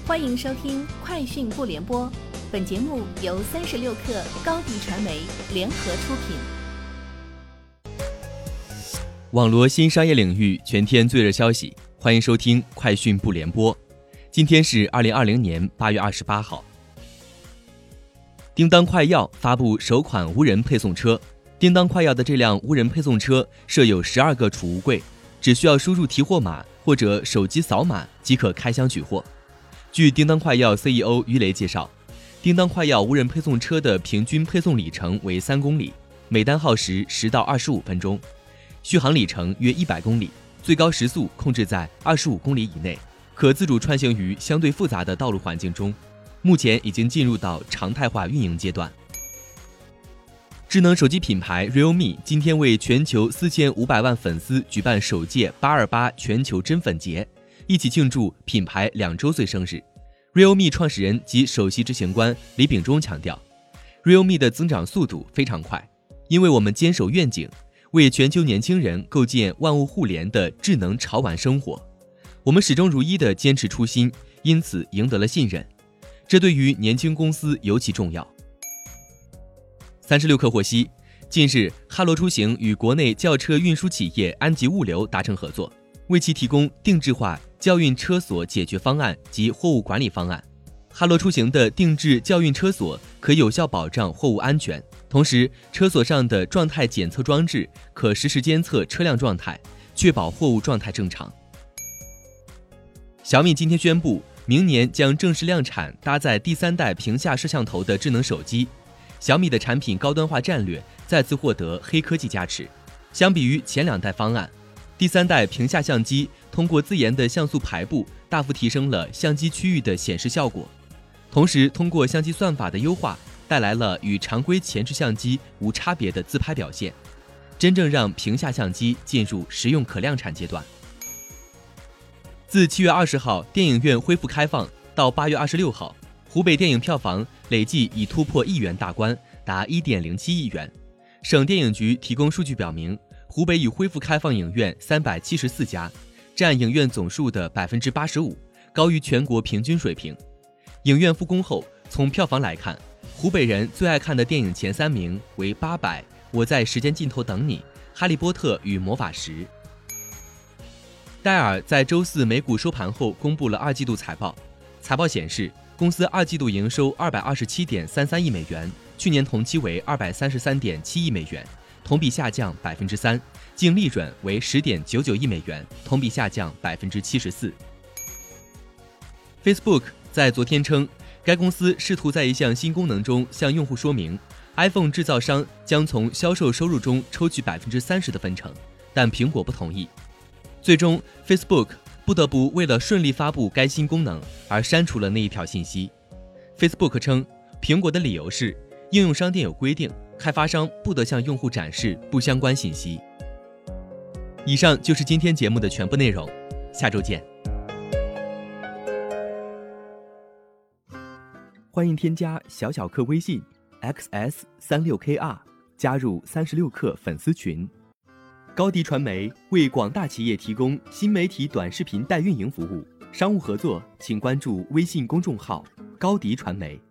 欢迎收听快讯不联播，本节目由36克高迪传媒联合出品。 网罗新商业领域全天最热消息，欢迎收听快讯不联播。今天是2020年8月28号。叮当快药发布首款无人配送车。叮当快药的这辆无人配送车设有12个储物柜，只需要输入提货码或者手机扫码即可开箱取货。据叮当快药 CEO 于雷介绍，叮当快药无人配送车的平均配送里程为3公里，每单耗时10到25分钟，续航里程约100公里，最高时速控制在25公里以内，可自主穿行于相对复杂的道路环境中，目前已经进入到常态化运营阶段。智能手机品牌 Realme 今天为全球4500万粉丝举办首届828全球真粉节，一起庆祝品牌2周岁生日。Realme 创始人及首席执行官李秉忠强调， Realme 的增长速度非常快，因为我们坚守愿景，为全球年轻人构建万物互联的智能潮玩生活。我们始终如一地坚持初心，因此赢得了信任，这对于年轻公司尤其重要。36克获悉，近日哈罗出行与国内轿车运输企业安吉物流达成合作，为其提供定制化校运车锁解决方案及货物管理方案。哈罗出行的定制校运车锁可有效保障货物安全，同时车锁上的状态检测装置可实时监测车辆状态，确保货物状态正常。小米今天宣布，明年将正式量产搭载第3代屏下摄像头的智能手机。小米的产品高端化战略再次获得黑科技加持，相比于前2代方案，第3代屏下相机通过自研的像素排布大幅提升了相机区域的显示效果，同时通过相机算法的优化，带来了与常规前置相机无差别的自拍表现，真正让屏下相机进入实用可量产阶段。自7月20号电影院恢复开放到8月26号，湖北电影票房累计已突破1亿元大关，达1.07亿元。省电影局提供数据表明，湖北已恢复开放影院374家，占影院总数的 85%， 高于全国平均水平。影院复工后，从票房来看，湖北人最爱看的电影前3名为800、我在时间尽头等你、哈利波特与魔法石。戴尔在周四美股收盘后公布了2季度财报，财报显示，公司2季度营收227.33亿美元，去年同期为233.7亿美元，同比下降 3%， 净利润为 10.99 亿美元，同比下降 74%。 Facebook 在昨天称，该公司试图在一项新功能中向用户说明 iPhone 制造商将从销售收入中抽取 30% 的分成，但苹果不同意。最终 Facebook 不得不为了顺利发布该新功能而删除了那一条信息。 Facebook 称，苹果的理由是应用商店有规定，开发商不得向用户展示不相关信息。以上就是今天节目的全部内容，下周见。 欢迎添加小小客微信 xs36kr 加入36克粉丝群。高迪传媒为广大企业提供新媒体短视频代运营服务，商务合作请关注微信公众号高迪传媒。